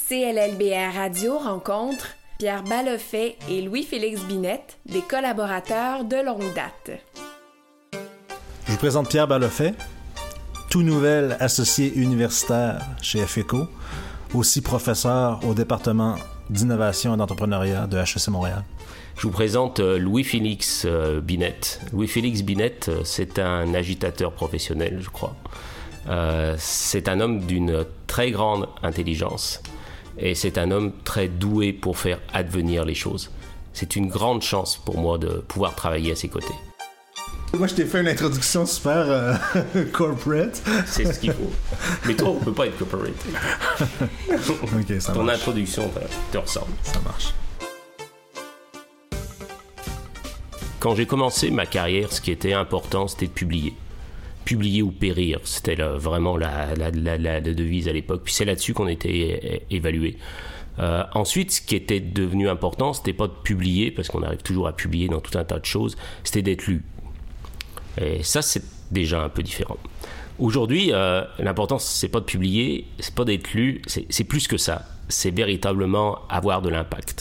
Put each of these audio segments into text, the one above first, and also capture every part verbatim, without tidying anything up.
C L L B R Radio rencontre Pierre Ballefet et Louis-Félix Binette, des collaborateurs de longue date. Je vous présente Pierre Ballefet, tout nouvel associé universitaire chez F E C O, aussi professeur au département d'innovation et d'entrepreneuriat de H E C Montréal. Je vous présente Louis-Félix Binette. Louis-Félix Binette, c'est un agitateur professionnel, je crois. Euh, c'est un homme d'une très grande intelligence et c'est un homme très doué pour faire advenir les choses. C'est une grande chance pour moi de pouvoir travailler à ses côtés. Moi, je t'ai fait une introduction super euh, corporate. C'est ce qu'il faut. Mais toi, on peut pas être corporate. Ok, ça Ton marche. introduction te ressemble. Ça marche. Quand j'ai commencé ma carrière, ce qui était important, c'était de publier. Publier ou périr, c'était là, vraiment la, la, la, la, la devise à l'époque. Puis c'est là-dessus qu'on était évalué. Euh, ensuite, ce qui était devenu important, c'était pas de publier, parce qu'on arrive toujours à publier dans tout un tas de choses, c'était d'être lu. Et ça, c'est déjà un peu différent. Aujourd'hui, euh, l'important, c'est pas de publier, c'est pas d'être lu, c'est, c'est plus que ça. C'est véritablement avoir de l'impact.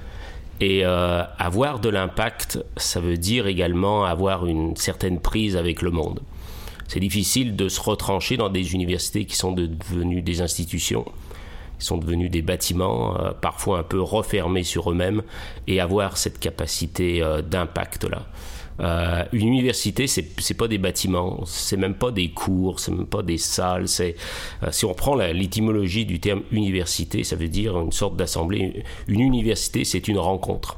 Et euh, avoir de l'impact, ça veut dire également avoir une certaine prise avec le monde. C'est difficile de se retrancher dans des universités qui sont devenues des institutions, qui sont devenues des bâtiments, euh, parfois un peu refermés sur eux-mêmes, et avoir cette capacité euh, d'impact-là. Euh, une université, c'est, c'est pas des bâtiments, c'est même pas des cours, c'est même pas des salles. C'est, euh, si on prend la, l'étymologie du terme université, ça veut dire une sorte d'assemblée. Une université, c'est une rencontre.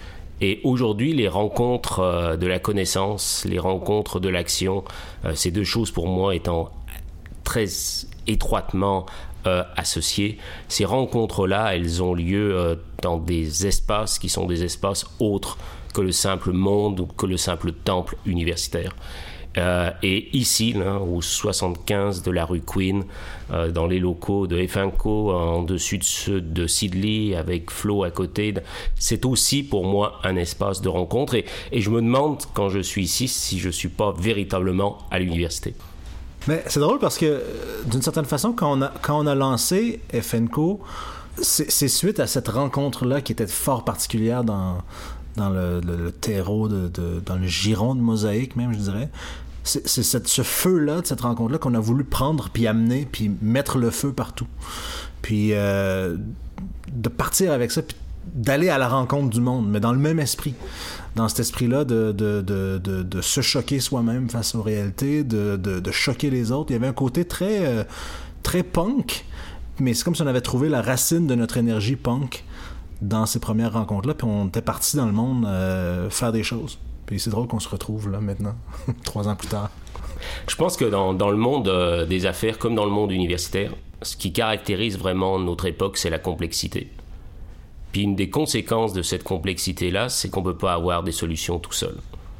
Et aujourd'hui, les rencontres euh, de la connaissance, les rencontres de l'action, euh, ces deux choses pour moi étant très étroitement euh, associées, ces rencontres-là, elles ont lieu euh, dans des espaces qui sont des espaces autres que le simple monde ou que le simple temple universitaire. Euh, et ici, là, au soixante-quinze de la rue Queen, euh, dans les locaux de F E C O, en dessus de ceux de Sidley, avec Flo à côté, c'est aussi pour moi un espace de rencontre. Et, et je me demande, quand je suis ici, si je ne suis pas véritablement à l'université. Mais c'est drôle parce que, d'une certaine façon, quand on a, quand on a lancé F E C O, c'est, c'est suite à cette rencontre-là qui était fort particulière dans... dans le, le, le terreau, de, de, dans le giron de Mosaïque même, je dirais. C'est, c'est cette, ce feu-là, de cette rencontre-là, qu'on a voulu prendre, puis amener, puis mettre le feu partout. Puis euh, de partir avec ça, puis d'aller à la rencontre du monde, mais dans le même esprit. Dans cet esprit-là de, de, de, de, de se choquer soi-même face aux réalités, de, de, de choquer les autres. Il y avait un côté très, euh, très punk, mais c'est comme si on avait trouvé la racine de notre énergie punk dans ces premières rencontres-là, puis on était parti dans le monde euh, faire des choses. Puis c'est drôle qu'on se retrouve là maintenant, trois ans plus tard. Je pense que dans, dans le monde euh, des affaires, comme dans le monde universitaire, ce qui caractérise vraiment notre époque, c'est la complexité. Puis une des conséquences de cette complexité-là, c'est qu'on ne peut pas avoir des solutions tout seul.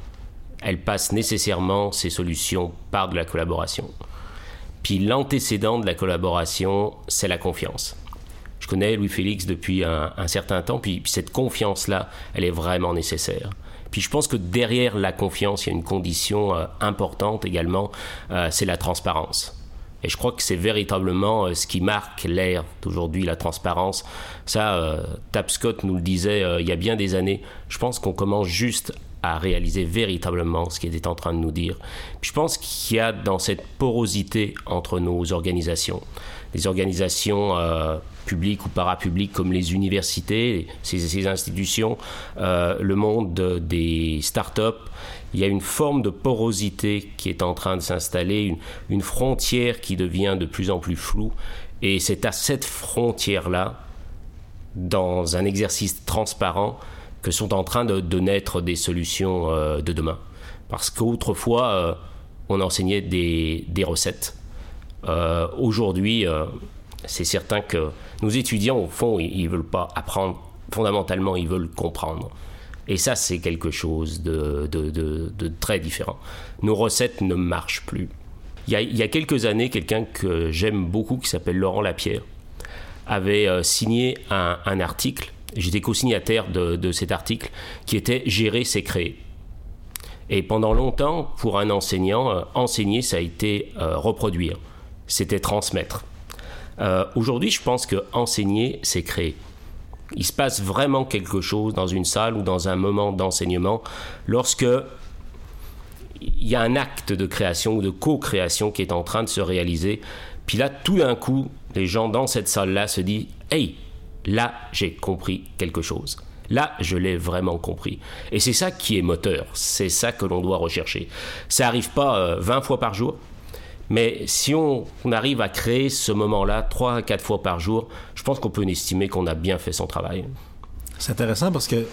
Elles passent nécessairement, ces solutions, par de la collaboration. Puis l'antécédent de la collaboration, c'est la confiance. Je connais Louis-Félix depuis un, un certain temps, puis, puis cette confiance-là, elle est vraiment nécessaire. Puis je pense que derrière la confiance, il y a une condition euh, importante également, euh, c'est la transparence. Et je crois que c'est véritablement euh, ce qui marque l'ère d'aujourd'hui, la transparence. Ça, euh, Tapscott nous le disait euh, il y a bien des années. Je pense qu'on commence juste à réaliser véritablement ce qu'il était en train de nous dire. Puis je pense qu'il y a dans cette porosité entre nos organisations, des organisations euh, publiques ou parapubliques comme les universités, ces, ces institutions, euh, le monde de, des startups, il y a une forme de porosité qui est en train de s'installer, une, une frontière qui devient de plus en plus floue. Et c'est à cette frontière-là, dans un exercice transparent, que sont en train de, de naître des solutions euh, de demain. Parce qu'autrefois, euh, on enseignait des, des recettes. Euh, aujourd'hui, euh, c'est certain que nos étudiants, au fond, ils ne veulent pas apprendre. Fondamentalement, ils veulent comprendre. Et ça, c'est quelque chose de, de, de, de très différent. Nos recettes ne marchent plus. Il y a, il y a quelques années, quelqu'un que j'aime beaucoup, qui s'appelle Laurent Lapierre, avait euh, signé un, un article. J'étais co-signataire de, de cet article qui était « Gérer, c'est créer ». Et pendant longtemps, pour un enseignant, euh, enseigner, ça a été euh, reproduire. C'était transmettre. Euh, aujourd'hui, je pense que enseigner, c'est créer. Il se passe vraiment quelque chose dans une salle ou dans un moment d'enseignement lorsque il y a un acte de création ou de co-création qui est en train de se réaliser. Puis là, tout d'un coup, les gens dans cette salle-là se disent « Hey, là, j'ai compris quelque chose. Là, je l'ai vraiment compris. » Et c'est ça qui est moteur. C'est ça que l'on doit rechercher. Ça n'arrive pas euh, vingt fois par jour. Mais si on, on arrive à créer ce moment-là trois à quatre fois par jour, je pense qu'on peut estimer qu'on a bien fait son travail. C'est intéressant parce que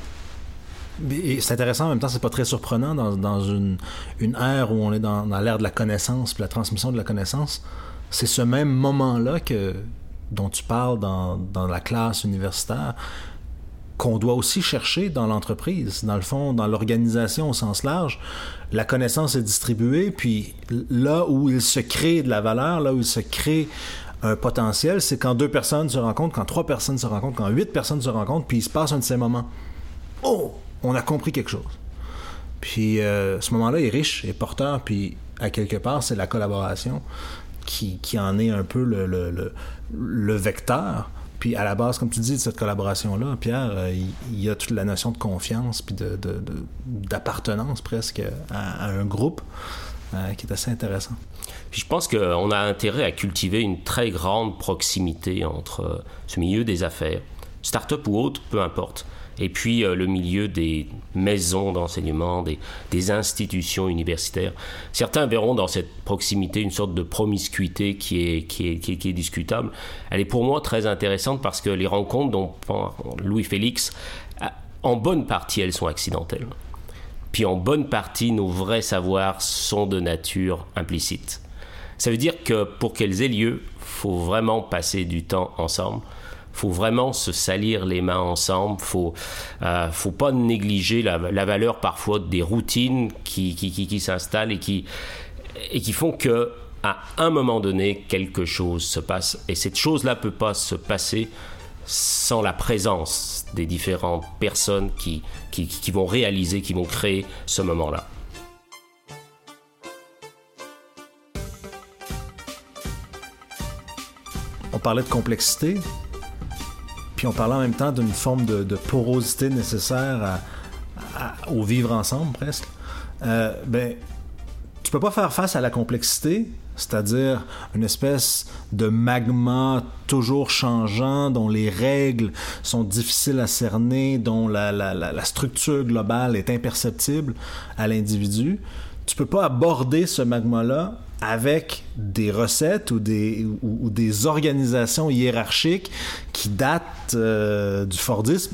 et c'est intéressant en même temps, c'est pas très surprenant dans, dans une, une ère où on est dans, dans l'ère de la connaissance puis la transmission de la connaissance. C'est ce même moment-là que, dont tu parles dans, dans la classe universitaire qu'on doit aussi chercher dans l'entreprise. Dans le fond, dans l'organisation au sens large, la connaissance est distribuée, puis là où il se crée de la valeur, là où il se crée un potentiel, c'est quand deux personnes se rencontrent, quand trois personnes se rencontrent, quand huit personnes se rencontrent, puis il se passe un de ces moments. Oh! On a compris quelque chose. Puis euh, ce moment-là est riche, est porteur, puis à quelque part, c'est la collaboration qui, qui en est un peu le, le, le, le vecteur. Puis à la base, comme tu dis, de cette collaboration-là, Pierre, euh, il, il y a toute la notion de confiance puis de, de, de, d'appartenance presque à, à un groupe euh, qui est assez intéressant. Puis je pense qu'on a intérêt à cultiver une très grande proximité entre ce milieu des affaires, start-up ou autre, peu importe, et puis euh, le milieu des maisons d'enseignement, des, des institutions universitaires. Certains verront dans cette proximité une sorte de promiscuité qui est, qui est, qui est, qui est discutable. Elle est pour moi très intéressante parce que les rencontres dont parle Louis-Félix, en bonne partie, elles sont accidentelles. Puis en bonne partie, nos vrais savoirs sont de nature implicite. Ça veut dire que pour qu'elles aient lieu, il faut vraiment passer du temps ensemble. Il faut vraiment se salir les mains ensemble. Il faut, euh, faut pas négliger la, la valeur parfois des routines qui, qui, qui, qui s'installent et qui, et qui font qu'à un moment donné, quelque chose se passe. Et cette chose-là ne peut pas se passer sans la présence des différentes personnes qui, qui, qui vont réaliser, qui vont créer ce moment-là. On parlait de complexité. Puis on parlait en même temps d'une forme de, de porosité nécessaire à, à, au vivre ensemble, presque. Euh, ben, tu peux pas faire face à la complexité, c'est-à-dire une espèce de magma toujours changeant, dont les règles sont difficiles à cerner, dont la, la, la, la structure globale est imperceptible à l'individu. Tu peux pas aborder ce magma-là avec des recettes ou des, ou, ou des organisations hiérarchiques qui datent euh, du Fordisme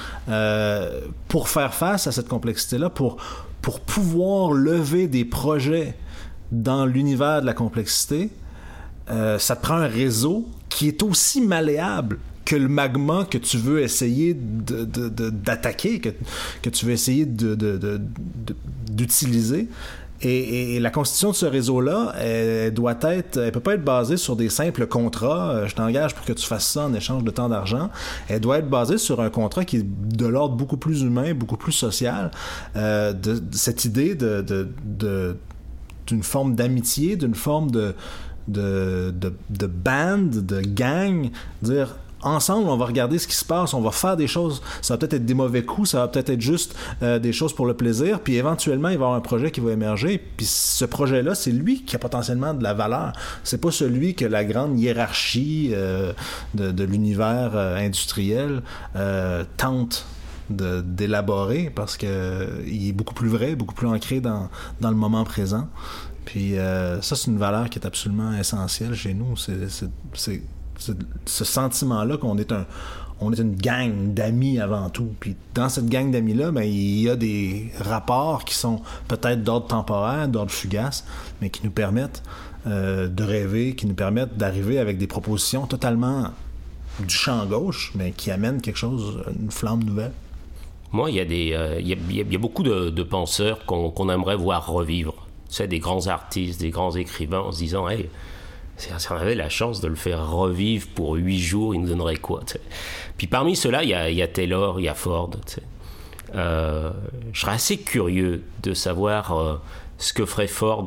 euh, pour faire face à cette complexité-là, pour, pour pouvoir lever des projets dans l'univers de la complexité. Euh, ça te prend un réseau qui est aussi malléable que le magma que tu veux essayer de, de, de, d'attaquer, que, que tu veux essayer de, de, de, de, d'utiliser. Et, et la constitution de ce réseau-là, elle doit être, elle peut pas être basée sur des simples contrats. Euh, je t'engage pour que tu fasses ça en échange de tant d'argent. Elle doit être basée sur un contrat qui est de l'ordre beaucoup plus humain, beaucoup plus social. Euh, de, de cette idée de, de, de d'une forme d'amitié, d'une forme de de, de, de band, de gang, dire ensemble, on va regarder ce qui se passe, on va faire des choses, ça va peut-être être des mauvais coups, ça va peut-être être juste euh, des choses pour le plaisir, puis éventuellement, il va y avoir un projet qui va émerger, puis ce projet-là, c'est lui qui a potentiellement de la valeur. C'est pas celui que la grande hiérarchie euh, de, de l'univers euh, industriel euh, tente de, d'élaborer, parce que euh, il est beaucoup plus vrai, beaucoup plus ancré dans, dans le moment présent. Puis euh, ça, c'est une valeur qui est absolument essentielle chez nous. C'est... c'est, c'est ce sentiment-là qu'on est un on est une gang d'amis avant tout. Puis dans cette gang d'amis-là, ben, il y a des rapports qui sont peut-être d'ordre temporaire, d'ordre fugace, mais qui nous permettent euh, de rêver, qui nous permettent d'arriver avec des propositions totalement du champ gauche, mais qui amènent quelque chose, une flamme nouvelle. Moi, il y a des, euh, il y a, il y a beaucoup de, de penseurs qu'on, qu'on aimerait voir revivre. Tu sais, des grands artistes, des grands écrivains, en se disant, hey, si on avait la chance de le faire revivre pour huit jours, il nous donnerait quoi, t'sais. Puis parmi ceux-là, il y a, il y a Taylor, il y a Ford. Euh, je serais assez curieux de savoir euh, ce que ferait Ford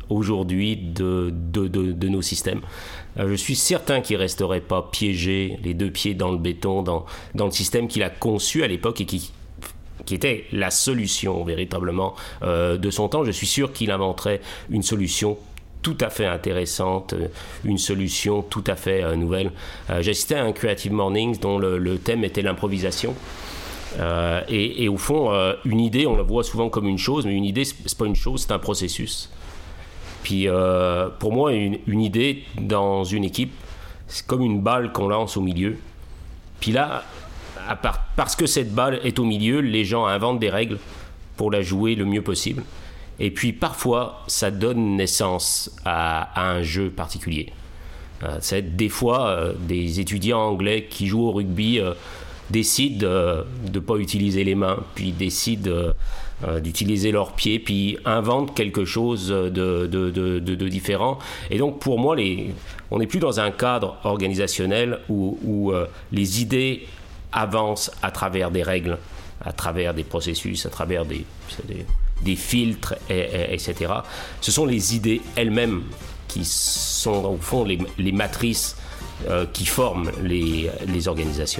aujourd'hui de, de, de, de nos systèmes. Euh, je suis certain qu'il ne resterait pas piégé, les deux pieds dans le béton, dans, dans le système qu'il a conçu à l'époque et qui, qui était la solution véritablement euh, de son temps. Je suis sûr qu'il inventerait une solution tout à fait intéressante, une solution tout à fait euh, nouvelle. Euh, j'assistais à un Creative Mornings dont le, le thème était l'improvisation. Euh, et, et au fond, euh, une idée, on la voit souvent comme une chose, mais une idée, c'est pas une chose, c'est un processus. Puis euh, pour moi, une, une idée dans une équipe, c'est comme une balle qu'on lance au milieu. Puis là, à part, parce que cette balle est au milieu, les gens inventent des règles pour la jouer le mieux possible. Et puis parfois, ça donne naissance à, à un jeu particulier. Euh, c'est des fois euh, des étudiants anglais qui jouent au rugby euh, décident euh, de ne pas utiliser les mains, puis décident euh, euh, d'utiliser leurs pieds, puis inventent quelque chose de, de, de, de, de différent. Et donc pour moi, les, on n'est plus dans un cadre organisationnel où, où euh, les idées avancent à travers des règles, à travers des processus, à travers des... des des filtres, et, et, etc. Ce sont les idées elles-mêmes qui sont, au fond, les, les matrices euh, qui forment les, les organisations.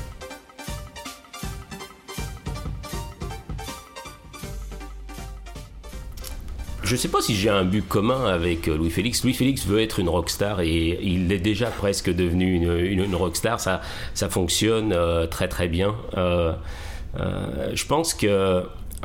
Je ne sais pas si j'ai un but commun avec Louis-Félix. Louis-Félix veut être une rockstar et il est déjà presque devenu une, une, une rockstar. Ça, ça fonctionne euh, très très bien. Euh, euh, je pense que...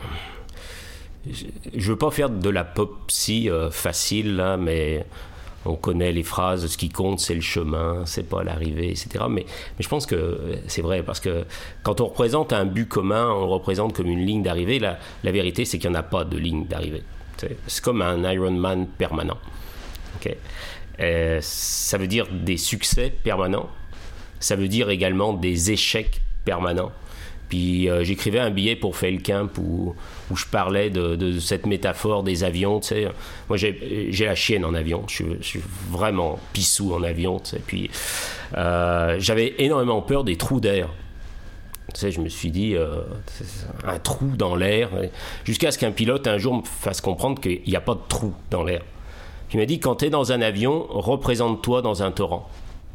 Je veux pas faire de la pop-psy euh, facile, là, mais on connaît les phrases, ce qui compte, c'est le chemin, c'est pas l'arrivée, et cetera. Mais, mais je pense que c'est vrai, parce que quand on représente un but commun, on le représente comme une ligne d'arrivée. La, la vérité, c'est qu'il n'y en a pas de ligne d'arrivée. C'est, c'est comme un Ironman permanent. Okay. Euh, ça veut dire des succès permanents. Ça veut dire également des échecs permanents. Puis euh, j'écrivais un billet pour Feldkamp où, où je parlais de, de cette métaphore des avions, tu sais. Moi, j'ai, j'ai la chienne en avion. Je, je suis vraiment pissou en avion, tu sais. Puis euh, j'avais énormément peur des trous d'air. Tu sais, je me suis dit, euh, un trou dans l'air. Jusqu'à ce qu'un pilote, un jour, me fasse comprendre qu'il n'y a pas de trou dans l'air. Puis il m'a dit, quand tu es dans un avion, représente-toi dans un torrent.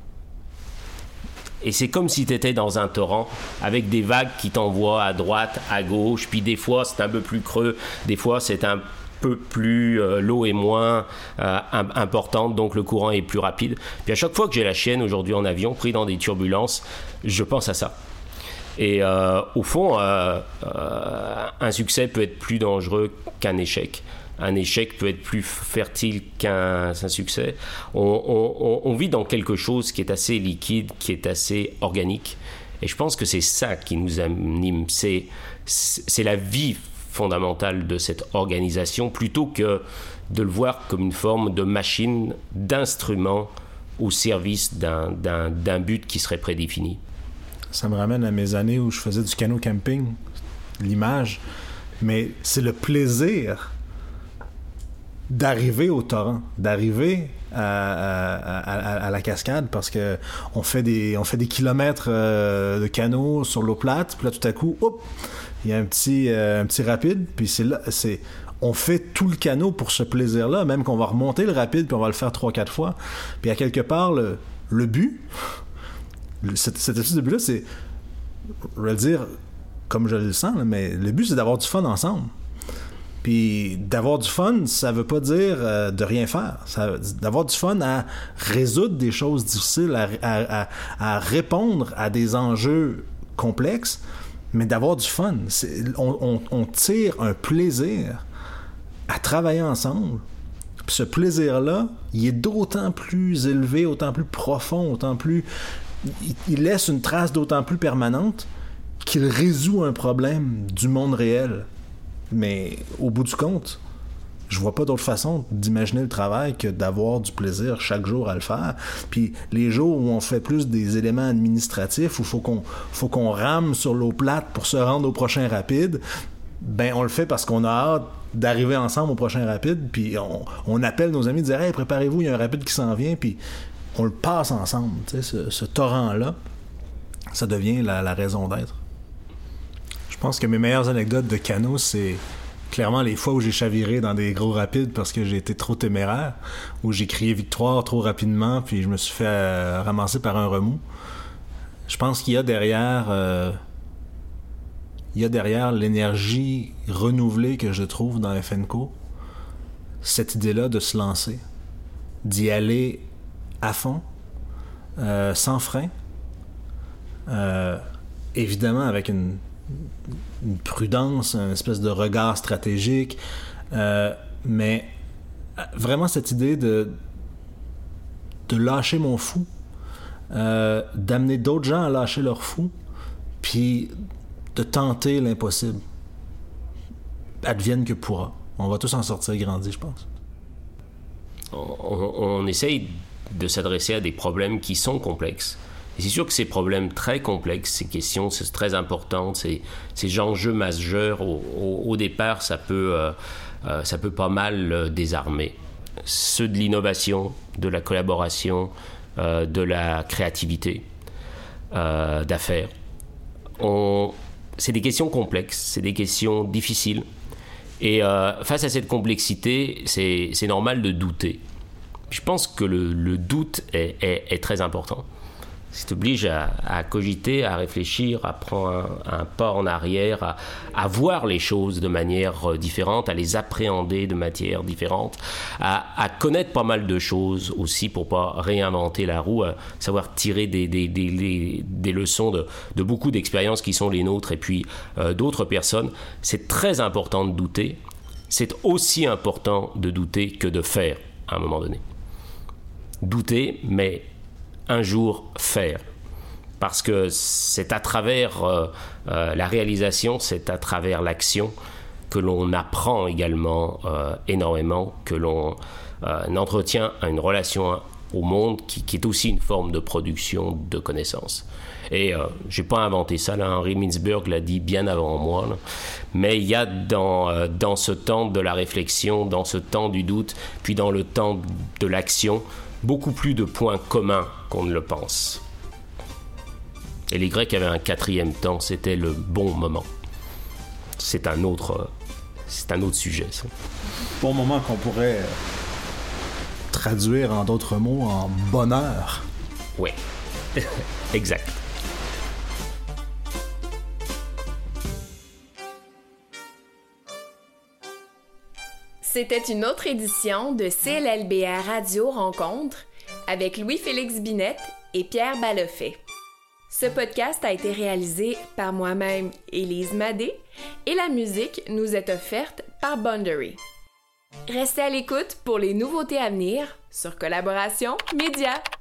Et c'est comme si tu étais dans un torrent avec des vagues qui t'envoient à droite, à gauche, puis des fois c'est un peu plus creux, des fois c'est un peu plus... Euh, l'eau est moins euh, importante, donc le courant est plus rapide. Puis à chaque fois que j'ai la chienne aujourd'hui en avion, pris dans des turbulences, je pense à ça. Et euh, au fond, euh, euh, un succès peut être plus dangereux qu'un échec. Un échec peut être plus fertile qu'un, qu'un succès. On, on, on vit dans quelque chose qui est assez liquide, qui est assez organique. Et je pense que c'est ça qui nous anime. C'est, c'est la vie fondamentale de cette organisation, plutôt que de le voir comme une forme de machine, d'instrument au service d'un, d'un, d'un but qui serait prédéfini. Ça me ramène à mes années où je faisais du canot camping, l'image. Mais c'est le plaisir d'arriver au torrent, d'arriver à, à, à, à la cascade, parce que on fait des, on fait des kilomètres euh, de canot sur l'eau plate, puis là tout à coup, hop, il y a un petit, euh, un petit rapide, puis c'est là, c'est, on fait tout le canot pour ce plaisir-là, même qu'on va remonter le rapide, puis on va le faire trois, quatre fois, puis à quelque part, le, le but, cet, cet espèce de but-là, c'est, je vais le dire comme je le sens, là, mais le but, c'est d'avoir du fun ensemble. Puis d'avoir du fun, ça veut pas dire euh, de rien faire. Ça, d'avoir du fun à résoudre des choses difficiles, à, à, à, à répondre à des enjeux complexes, mais d'avoir du fun. C'est, on, on, on tire un plaisir à travailler ensemble. Puis ce plaisir-là, il est d'autant plus élevé, autant plus profond, autant plus... Il, il laisse une trace d'autant plus permanente qu'il résout un problème du monde réel. Mais au bout du compte, je vois pas d'autre façon d'imaginer le travail que d'avoir du plaisir chaque jour à le faire. Puis les jours où on fait plus des éléments administratifs, où il faut qu'on, faut qu'on rame sur l'eau plate pour se rendre au prochain rapide, ben on le fait parce qu'on a hâte d'arriver ensemble au prochain rapide, puis on, on appelle nos amis, dire « Hey, préparez-vous, il y a un rapide qui s'en vient », puis on le passe ensemble. Tu sais, ce, ce torrent-là, ça devient la, la raison d'être. Je pense que mes meilleures anecdotes de canot, c'est clairement, les fois où j'ai chaviré dans des gros rapides parce que j'ai été trop téméraire, où j'ai crié victoire trop rapidement, puis je me suis fait euh, ramasser par un remous. Je pense qu'il y a derrière, euh, il y a derrière l'énergie renouvelée que je trouve dans F N C O, cette idée-là de se lancer, d'y aller à fond, euh, sans frein, euh, évidemment avec une une prudence, une espèce de regard stratégique, euh, mais vraiment cette idée de de lâcher mon fou, euh, d'amener d'autres gens à lâcher leur fou, puis de tenter l'impossible. Advienne que pourra. On va tous en sortir grandis, je pense. On, on, on essaye de s'adresser à des problèmes qui sont complexes. Et c'est sûr que ces problèmes très complexes, ces questions c'est très importantes, ces, ces enjeux majeurs, au, au, au départ, ça peut, euh, euh, ça peut pas mal euh, désarmer. Ceux de l'innovation, de la collaboration, euh, de la créativité, euh, d'affaires. On, c'est des questions complexes, c'est des questions difficiles. Et euh, face à cette complexité, c'est, c'est normal de douter. Je pense que le, le doute est, est, est très important. Ça t'oblige à, à cogiter, à réfléchir, à prendre un, un pas en arrière, à, à voir les choses de manière différente, à les appréhender de manière différente, à, à connaître pas mal de choses aussi pour pas réinventer la roue, à savoir tirer des, des, des, des, des leçons de, de beaucoup d'expériences qui sont les nôtres et puis euh, d'autres personnes. C'est très important de douter. C'est aussi important de douter que de faire à un moment donné. Douter, mais un jour faire. Parce que c'est à travers euh, euh, la réalisation, c'est à travers l'action que l'on apprend également euh, énormément, que l'on euh, entretient une relation au monde qui, qui est aussi une forme de production de connaissances. Et euh, je n'ai pas inventé ça, là, Henry Mintzberg l'a dit bien avant moi, là. Mais il y a dans, euh, dans ce temps de la réflexion, dans ce temps du doute, puis dans le temps de l'action, beaucoup plus de points communs qu'on ne le pense. Et les Grecs avaient un quatrième temps, c'était le bon moment. C'est un autre, c'est un autre sujet, ça. Bon moment qu'on pourrait traduire en d'autres mots en bonheur. Oui, exact. C'était une autre édition de C L L B R Radio Rencontre avec Louis-Félix Binette et Pierre Ballefet. Ce podcast a été réalisé par moi-même, Élise Madé, et la musique nous est offerte par Boundary. Restez à l'écoute pour les nouveautés à venir sur Collaboration Média.